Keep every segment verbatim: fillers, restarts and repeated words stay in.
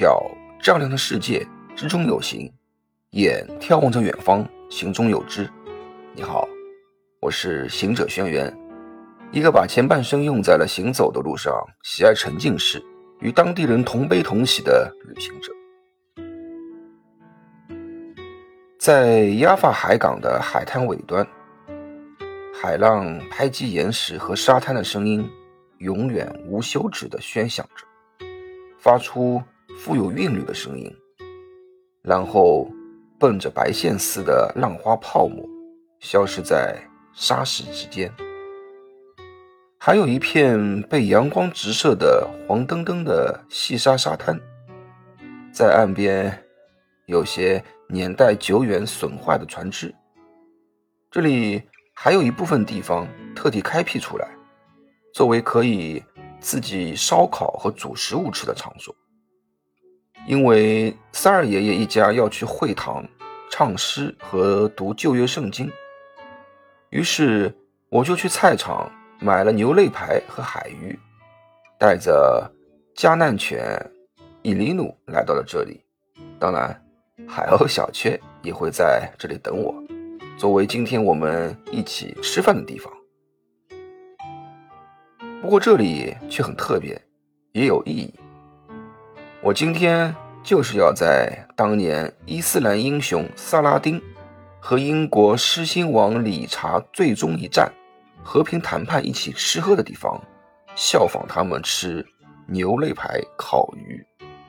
脚丈量着世界，之中有形，眼眺望着远方，行中有知。你好，我是行者轩辕，一个把前半生用在了行走的路上，喜爱沉浸式，与当地人同悲同喜的旅行者。在亚法海港的海滩尾端，海浪拍击岩石和沙滩的声音永远无休止地喧响着，发出富有韵律的声音，然后奔着白线似的浪花泡沫消失在沙石之间。还有一片被阳光直射的黄澄澄的细沙沙滩，在岸边有些年代久远损坏的船只，这里还有一部分地方特地开辟出来，作为可以自己烧烤和煮食物吃的场所。因为三二爷爷一家要去会堂唱诗和读旧约圣经，于是我就去菜场买了牛肋排和海鱼，带着加难犬伊利努来到了这里。当然海鸥小雀也会在这里等我，作为今天我们一起吃饭的地方。不过这里却很特别，也有意义。我今天就是要在当年伊斯兰英雄萨拉丁和英国狮心王理查最终一战和平谈判一起吃喝的地方，效仿他们吃牛肋排烤鱼。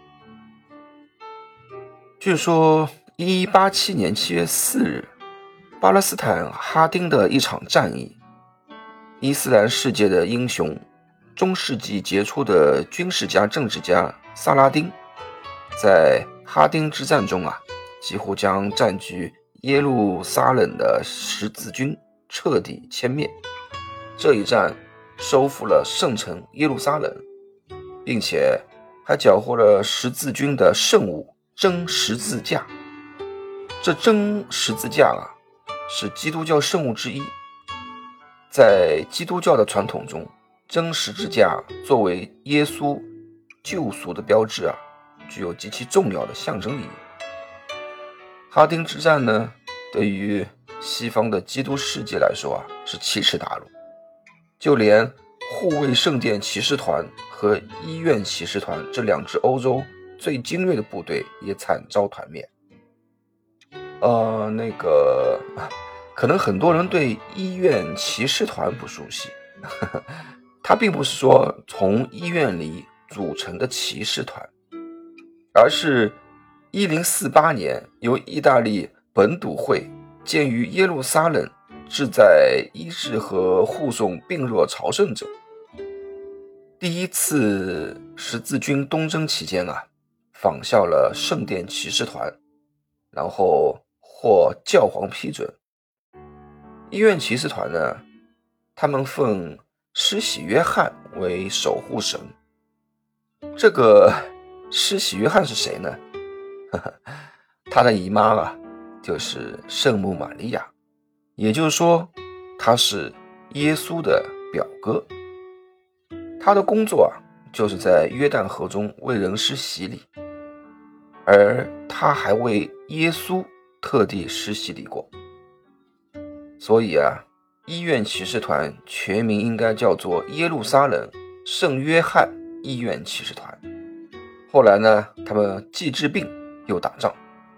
据说一一八七年七月四日，巴勒斯坦哈丁的一场战役，伊斯兰世界的英雄，中世纪杰出的军事家政治家萨拉丁，在哈丁之战中啊，几乎将占据耶路撒冷的十字军彻底歼灭。这一战收复了圣城耶路撒冷，并且还缴获了十字军的圣物真十字架。这真十字架啊，是基督教圣物之一。在基督教的传统中，真十字架作为耶稣救赎的标志啊，具有极其重要的象征意义。哈丁之战呢，对于西方的基督世界来说啊，是奇耻大辱。就连护卫圣殿骑士团和医院骑士团这两支欧洲最精锐的部队也惨遭团灭。呃，那个，可能很多人对医院骑士团不熟悉，呵呵，它并不是说从医院里组成的骑士团，而是一零四八年由意大利本笃会建于耶路撒冷，志在医治和护送病弱朝圣者。第一次十字军东征期间啊，仿效了圣殿骑士团，然后获教皇批准。医院骑士团呢，他们奉施洗约翰为守护神。这个施洗约翰是谁呢？他的姨妈啊，就是圣母玛利亚，也就是说他是耶稣的表哥。他的工作啊，就是在约旦河中为人施洗礼，而他还为耶稣特地施洗礼过。所以啊，医院骑士团全名应该叫做耶路撒冷圣约翰医院骑士团。后来呢，他们既治病又打仗，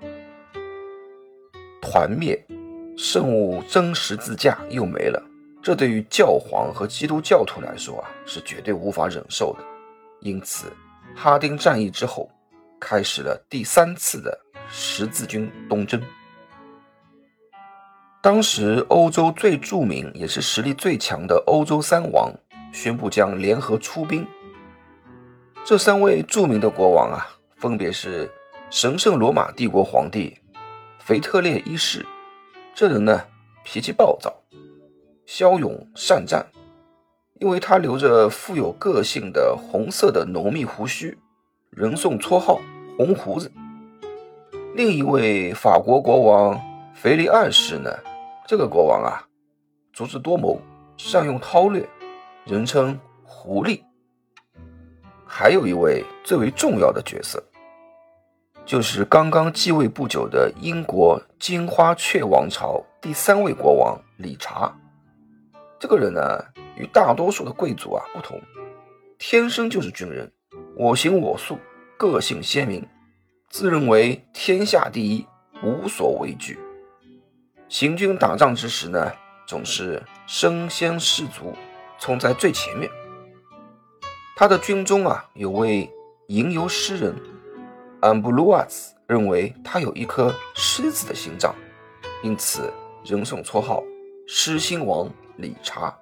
团灭，圣物真十字架又没了，这对于教皇和基督教徒来说啊，是绝对无法忍受的。因此哈丁战役之后，开始了第三次的十字军东征。当时欧洲最著名也是实力最强的欧洲三王宣布将联合出兵。这三位著名的国王啊，分别是神圣罗马帝国皇帝腓特烈一世，这人呢脾气暴躁，骁勇善战，因为他留着富有个性的红色的浓密胡须，人送绰号红胡子。另一位法国国王腓力二世呢，这个国王啊，足智多谋，善用韬略，人称狐狸。还有一位最为重要的角色， 就是刚刚继位不久的英国金花雀王朝第三位国王理查。这个人呢，与大多数的贵族啊不同，天生就是军人，我行我素，个性鲜明，自认为天下第一，无所畏惧。行军打仗之时呢，总是身先士卒，冲在最前面。他的军中啊，有位吟游诗人安布鲁瓦兹认为他有一颗狮子的心脏，因此人送绰号狮心王理查。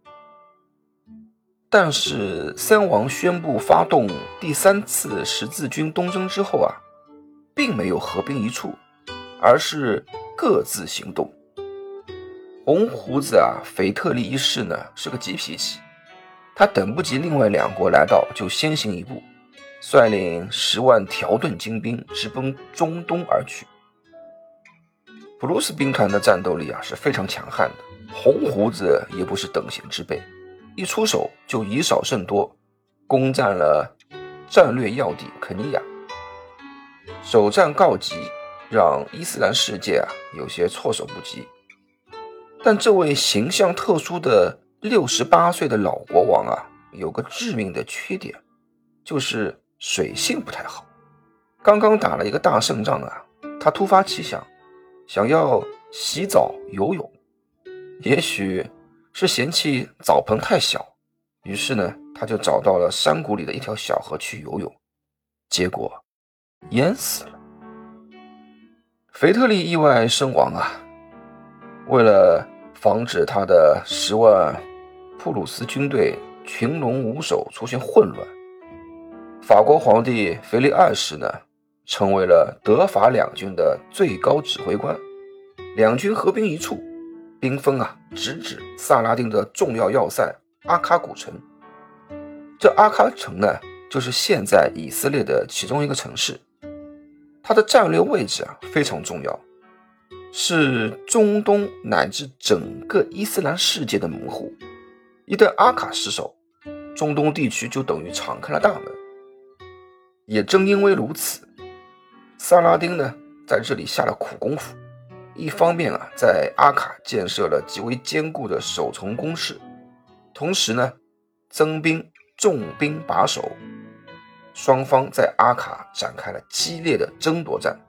但是三王宣布发动第三次十字军东征之后啊，并没有合兵一处，而是各自行动。红胡子啊，腓特烈一世呢是个急脾气，他等不及另外两国来到，就先行一步，率领十万条顿精兵直奔中东而去。普鲁士兵团的战斗力啊是非常强悍的，红胡子也不是等闲之辈，一出手就以少胜多，攻占了战略要地肯尼亚。首战告急，让伊斯兰世界啊有些措手不及。但这位形象特殊的六十八岁的老国王啊，有个致命的缺点，就是水性不太好。刚刚打了一个大胜仗啊，他突发奇想，想要洗澡游泳。也许是嫌弃澡盆太小，于是呢，他就找到了山谷里的一条小河去游泳，结果淹死了。腓特烈意外身亡啊。为了防止他的十万普鲁士军队群龙无首出现混乱，法国皇帝腓力二世呢，成为了德法两军的最高指挥官。两军合兵一处，兵锋啊直指萨拉丁的重要要塞阿卡古城。这阿卡城呢，就是现在以色列的其中一个城市，它的战略位置啊非常重要，是中东乃至整个伊斯兰世界的门户。一旦阿卡失守，中东地区就等于敞开了大门。也正因为如此，萨拉丁呢在这里下了苦功夫。一方面啊，在阿卡建设了极为坚固的守城工事，同时呢，增兵重兵把守，双方在阿卡展开了激烈的争夺战。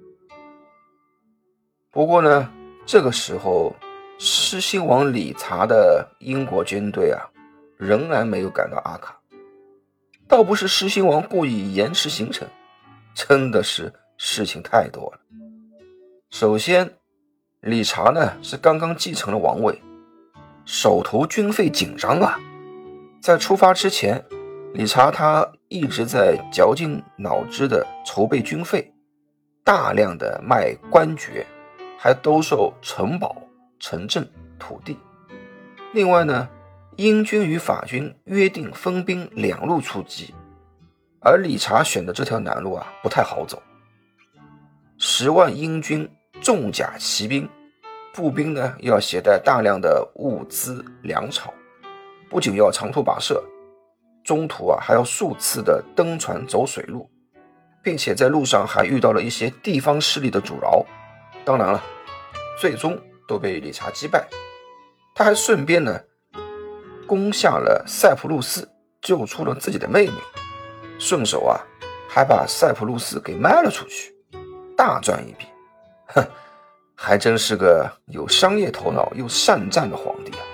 不过呢，这个时候狮心王理查的英国军队啊，仍然没有赶到阿卡。倒不是狮心王故意延迟行程，真的是事情太多了。首先，理查呢是刚刚继承了王位，手头军费紧张啊。在出发之前，理查他一直在绞尽脑汁的筹备军费，大量的卖官爵，还兜售城堡、城镇、土地。另外呢，英军与法军约定分兵两路出击，而理查选的这条南路啊不太好走。十万英军重甲骑兵，步兵呢要携带大量的物资粮草，不仅要长途跋涉，中途啊还要数次的登船走水路，并且在路上还遇到了一些地方势力的阻挠。当然了，最终都被理查击败。他还顺便呢攻下了塞浦路斯，救出了自己的妹妹，顺手啊还把塞浦路斯给卖了出去，大赚一笔。哼，还真是个有商业头脑又善战的皇帝啊。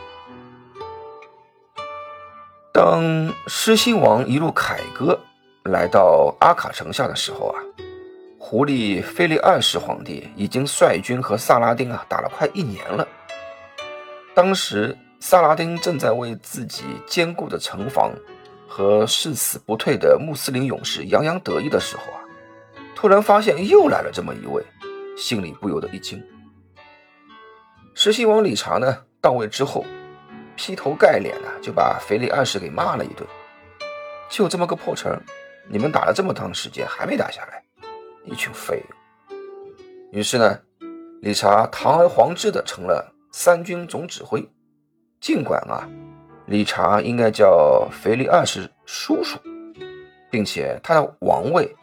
当狮心王一路凯歌来到阿卡城下的时候啊，狐狸腓力二世皇帝已经率军和萨拉丁啊打了快一年了。当时萨拉丁正在为自己坚固的城防和誓死不退的穆斯林勇士洋洋得意的时候啊，突然发现又来了这么一位，心里不由得一惊。狮心王理查呢到位之后，劈头盖脸啊就把腓力二世给骂了一顿。就这么个破城，你们打了这么长时间还没打下来，一群废物。于是呢，理查堂而皇之的成了三军总指挥。尽管啊，理查应该叫腓力二世叔叔，并且他的王位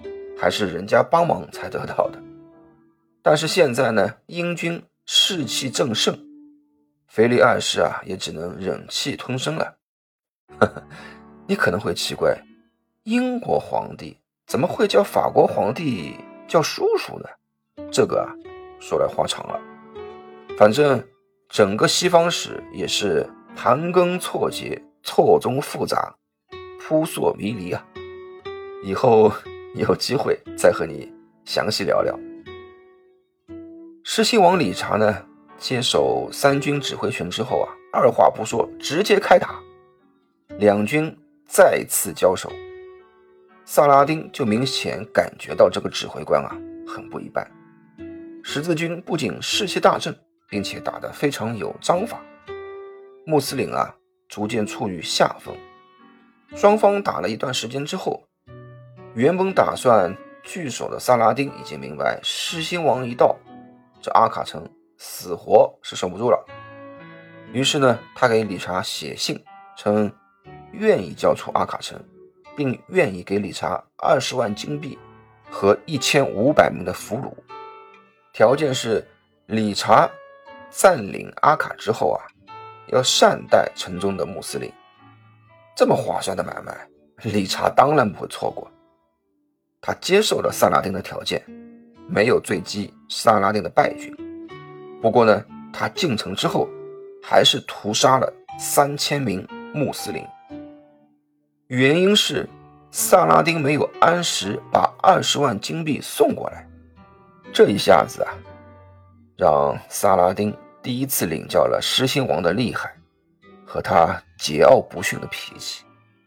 还是人家帮忙才得到的。但是现在呢，英军士气正盛，腓力二世啊也只能忍气吞声了。呵呵，你可能会奇怪，英国皇帝怎么会叫法国皇帝叫叔叔呢？这个啊说来话长了，反正整个西方史也是盘根错节，错综复杂，扑朔迷离啊。以后有机会再和你详细聊聊。狮心王理查呢，接手三军指挥权之后啊，二话不说直接开打，两军再次交手。萨拉丁就明显感觉到这个指挥官啊很不一般，十字军不仅士气大振，并且打得非常有章法，穆斯林啊逐渐处于下风。双方打了一段时间之后，原本打算据守的萨拉丁已经明白狮心王一到，这阿卡城死活是守不住了。于是呢，他给理查写信，称愿意交出阿卡城，并愿意给理查二十万金币和一千五百名的俘虏，条件是理查占领阿卡之后啊，要善待城中的穆斯林。这么划算的买卖，理查当然不会错过。他接受了萨拉丁的条件，没有追击萨拉丁的败军。不过呢，他进城之后还是屠杀了三千名穆斯林。原因是萨拉丁没有按时把二十万金币送过来。这一下子啊，让萨拉丁第一次领教了狮心王的厉害和他桀骜不驯的脾气。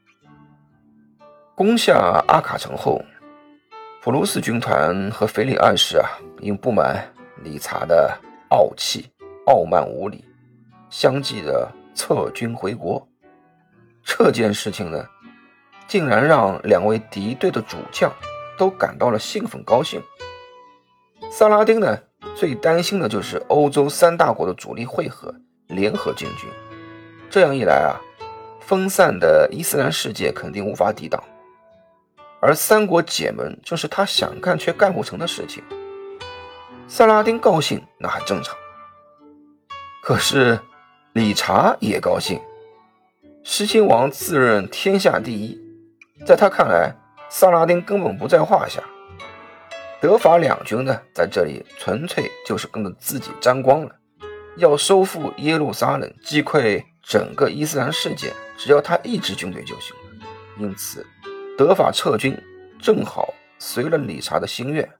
攻下阿卡城后，普鲁士军团和腓力二世啊，因不满理查的傲气、傲慢无礼，相继的撤军回国。这件事情呢，竟然让两位敌对的主将都感到了兴奋高兴。萨拉丁呢，最担心的就是欧洲三大国的主力会合，联合进军。这样一来啊，分散的伊斯兰世界肯定无法抵挡。而三国结盟正是他想干却干不成的事情。萨拉丁高兴那还正常，可是理查也高兴。狮心王自认天下第一，在他看来，萨拉丁根本不在话下。德法两军呢，在这里纯粹就是跟着自己沾光了。要收复耶路撒冷，击溃整个伊斯兰世界，只要他一支军队就行了。因此德法撤军正好随了理查的心愿。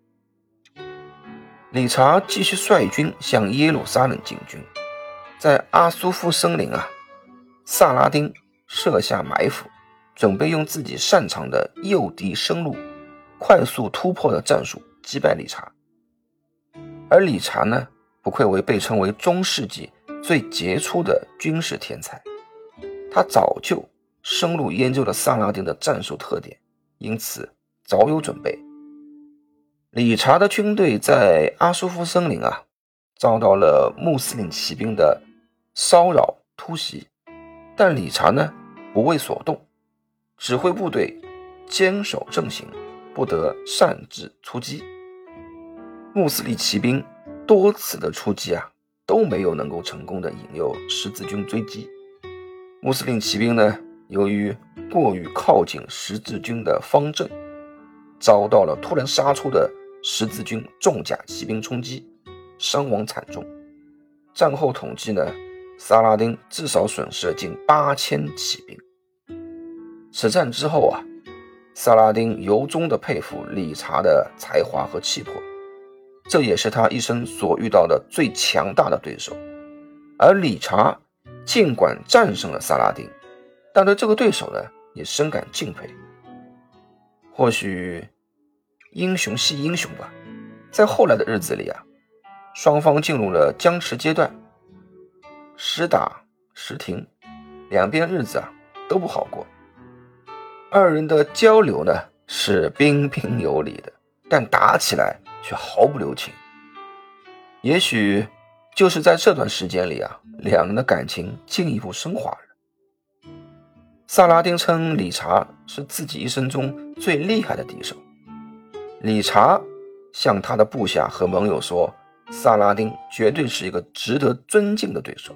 理查继续率军向耶路撒冷进军。在阿苏夫森林啊，萨拉丁设下埋伏，准备用自己擅长的诱敌深入、快速突破的战术击败理查。而理查呢，不愧为被称为中世纪最杰出的军事天才，他早就深入研究了萨拉丁的战术特点，因此早有准备。理查的军队在阿苏夫森林啊，遭到了穆斯林骑兵的骚扰突袭，但理查呢不为所动，指挥部队坚守阵型，不得擅自出击。穆斯林骑兵多次的出击啊，都没有能够成功的引诱十字军追击。穆斯林骑兵呢，由于过于靠近十字军的方阵，遭到了突然杀出的十字军重甲骑兵冲击，伤亡惨重。战后统计呢，萨拉丁至少损失了近八千骑兵。此战之后啊，萨拉丁由衷地佩服理查的才华和气魄，这也是他一生所遇到的最强大的对手。而理查尽管战胜了萨拉丁，但对这个对手呢，也深感敬佩。或许英雄惜英雄吧。在后来的日子里啊，双方进入了僵持阶段，时打时停，两边日子啊都不好过。二人的交流呢是彬彬有礼的，但打起来却毫不留情。也许就是在这段时间里啊，两人的感情进一步升华了。萨拉丁称理查是自己一生中最厉害的敌手， 理查向他的部下和盟友说，萨拉丁绝对是一个值得尊敬的对手。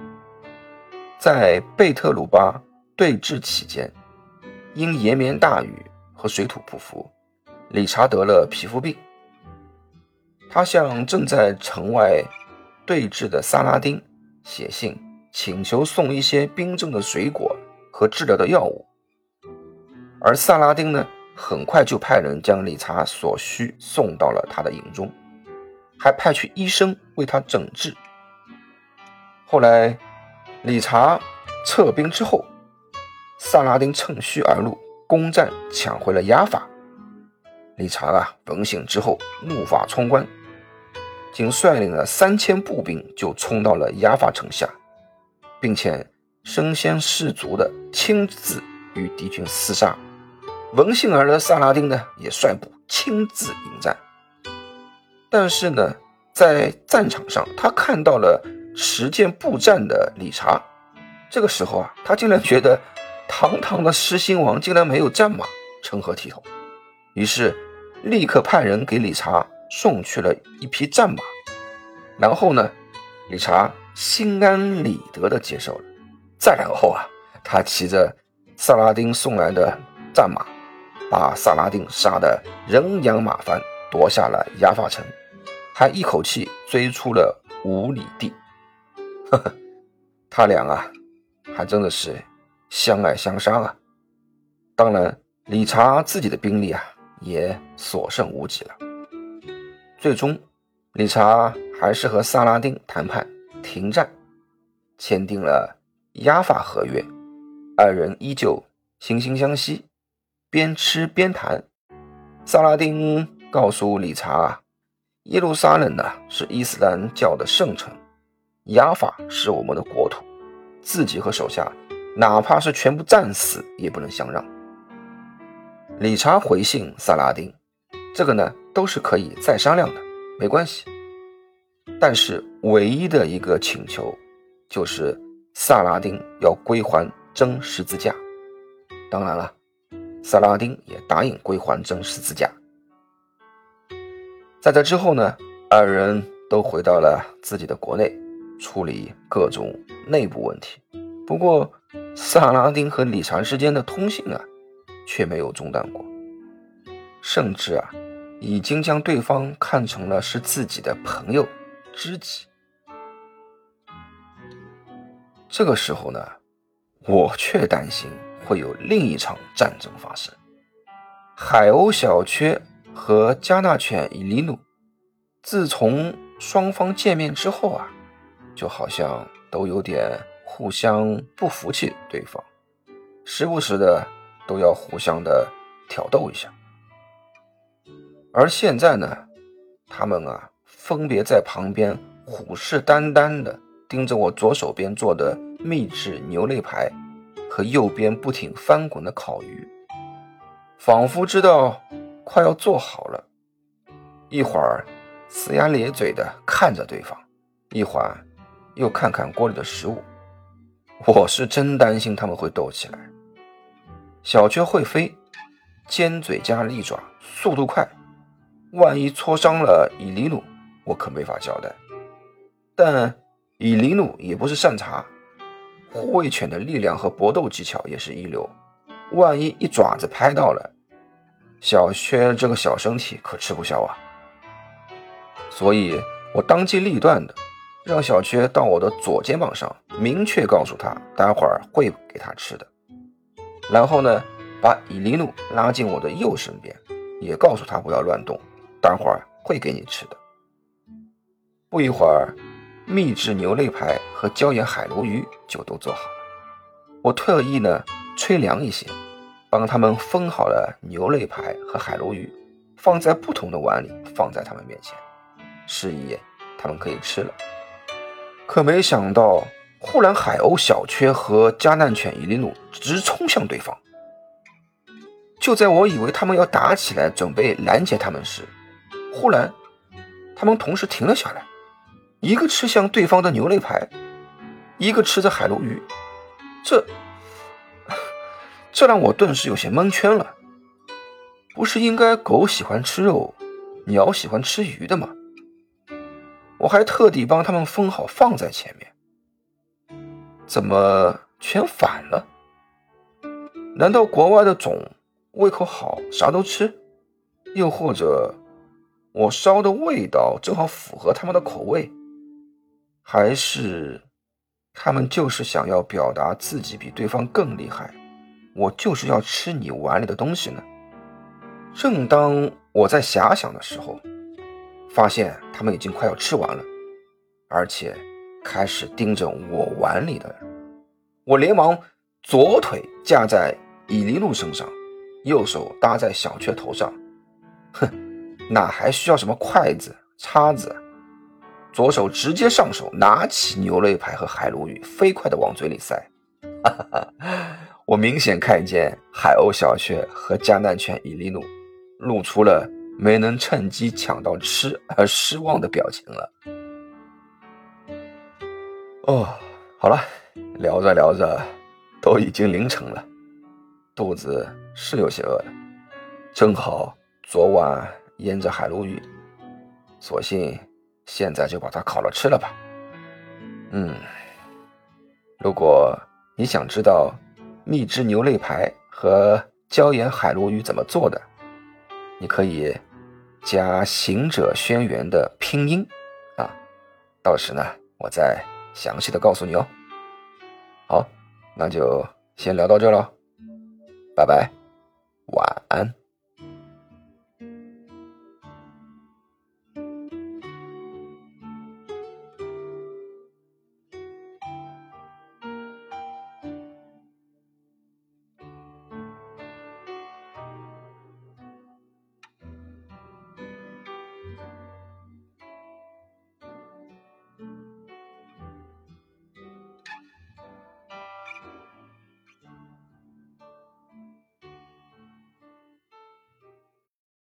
在贝特鲁巴对峙期间，因延绵大雨和水土不服，理查得了皮肤病。他向正在城外对峙的萨拉丁写信，请求送一些冰镇的水果和治疗的药物。而萨拉丁呢，很快就派人将理查所需送到了他的营中，还派去医生为他诊治。后来理查撤兵之后，萨拉丁趁虚而入，攻占抢回了雅法。理查啊，闻讯之后怒发冲冠，仅率领了三千步兵就冲到了雅法城下，并且身先士卒的亲自与敌军厮杀。闻讯而来的萨拉丁呢，也率部亲自迎战。但是呢，在战场上他看到了持剑步战的理查，这个时候啊，他竟然觉得堂堂的狮心王竟然没有战马，成何体统？于是立刻派人给理查送去了一匹战马。然后呢，理查心安理得地接受了。再然后啊，他骑着萨拉丁送来的战马，把萨拉丁杀得人仰马翻，夺下了雅法城，还一口气追出了五里地。呵呵，他俩啊，还真的是相爱相杀啊。当然，理查自己的兵力啊，也所剩无几了。最终，理查还是和萨拉丁谈判停战，签订了雅法合约，二人依旧惺惺相惜，边吃边谈。萨拉丁告诉理查啊，耶路撒冷呢是伊斯兰教的圣城，雅法是我们的国土，自己和手下哪怕是全部战死也不能相让。理查回信萨拉丁，这个呢都是可以再商量的，没关系。但是唯一的一个请求就是萨拉丁要归还真十字架。当然了，萨拉丁也答应归还真十字架。在这之后呢，二人都回到了自己的国内，处理各种内部问题。不过萨拉丁和理查之间的通信啊，却没有中断过，甚至啊，已经将对方看成了是自己的朋友知己。这个时候呢，我却担心会有另一场战争发生。海鸥小缺和加纳犬伊利努，自从双方见面之后啊，就好像都有点互相不服气对方，时不时的都要互相的挑逗一下。而现在呢，他们啊，分别在旁边虎视眈眈的盯着我左手边做的秘制牛肋排和右边不停翻滚的烤鱼，仿佛知道快要做好了。一会儿呲牙咧嘴的看着对方，一会儿又看看锅里的食物。我是真担心他们会斗起来。小雀会飞，尖嘴加利爪，速度快，万一戳伤了伊利努，我可没法交代。但伊利努也不是善茬，护卫犬的力量和搏斗技巧也是一流，万一一爪子拍到了，小雀这个小身体可吃不消啊。所以我当机立断的让小雀到我的左肩膀上，明确告诉他待会儿会给他吃的。然后呢，把伊利努拉进我的右身边，也告诉他不要乱动，待会儿会给你吃的。不一会儿，秘制牛肋排和椒盐海鲈鱼就都做好了。我特意呢吹凉一些，帮他们分好了牛肋排和海鲈鱼，放在不同的碗里，放在他们面前，示意他们可以吃了。可没想到，忽然海鸥小缺和加难犬伊利努直冲向对方。就在我以为他们要打起来准备拦截他们时，忽然他们同时停了下来，一个吃向对方的牛肋排，一个吃着海鲈鱼。这这让我顿时有些蒙圈了。 不是应该狗喜欢吃肉，鸟喜欢吃鱼的吗？我还特地帮他们分好放在前面，怎么全反了？难道国外的种胃口好，啥都吃？又或者我烧的味道正好符合他们的口味？还是他们就是想要表达自己比对方更厉害，我就是要吃你碗里的东西呢？正当我在遐想的时候，发现他们已经快要吃完了，而且开始盯着我碗里的。我连忙左腿架在伊犁鹿身上，右手搭在小雀头上。哼，哪还需要什么筷子叉子？左手直接上手，拿起牛肋排和海鲈鱼，飞快地往嘴里塞。哈哈哈，我明显看见海鸥小雀和迦南犬伊犁鹿露出了没能趁机抢到吃而失望的表情了。哦，好了，聊着聊着都已经凌晨了，肚子是有些饿了，正好昨晚腌着海鲈鱼，索性现在就把它烤了吃了吧。嗯，如果你想知道蜜汁牛肋排和椒盐海鲈鱼怎么做的，你可以加行者轩辕的拼音啊，到时呢我再详细的告诉你哦。好，那就先聊到这了，拜拜，晚安。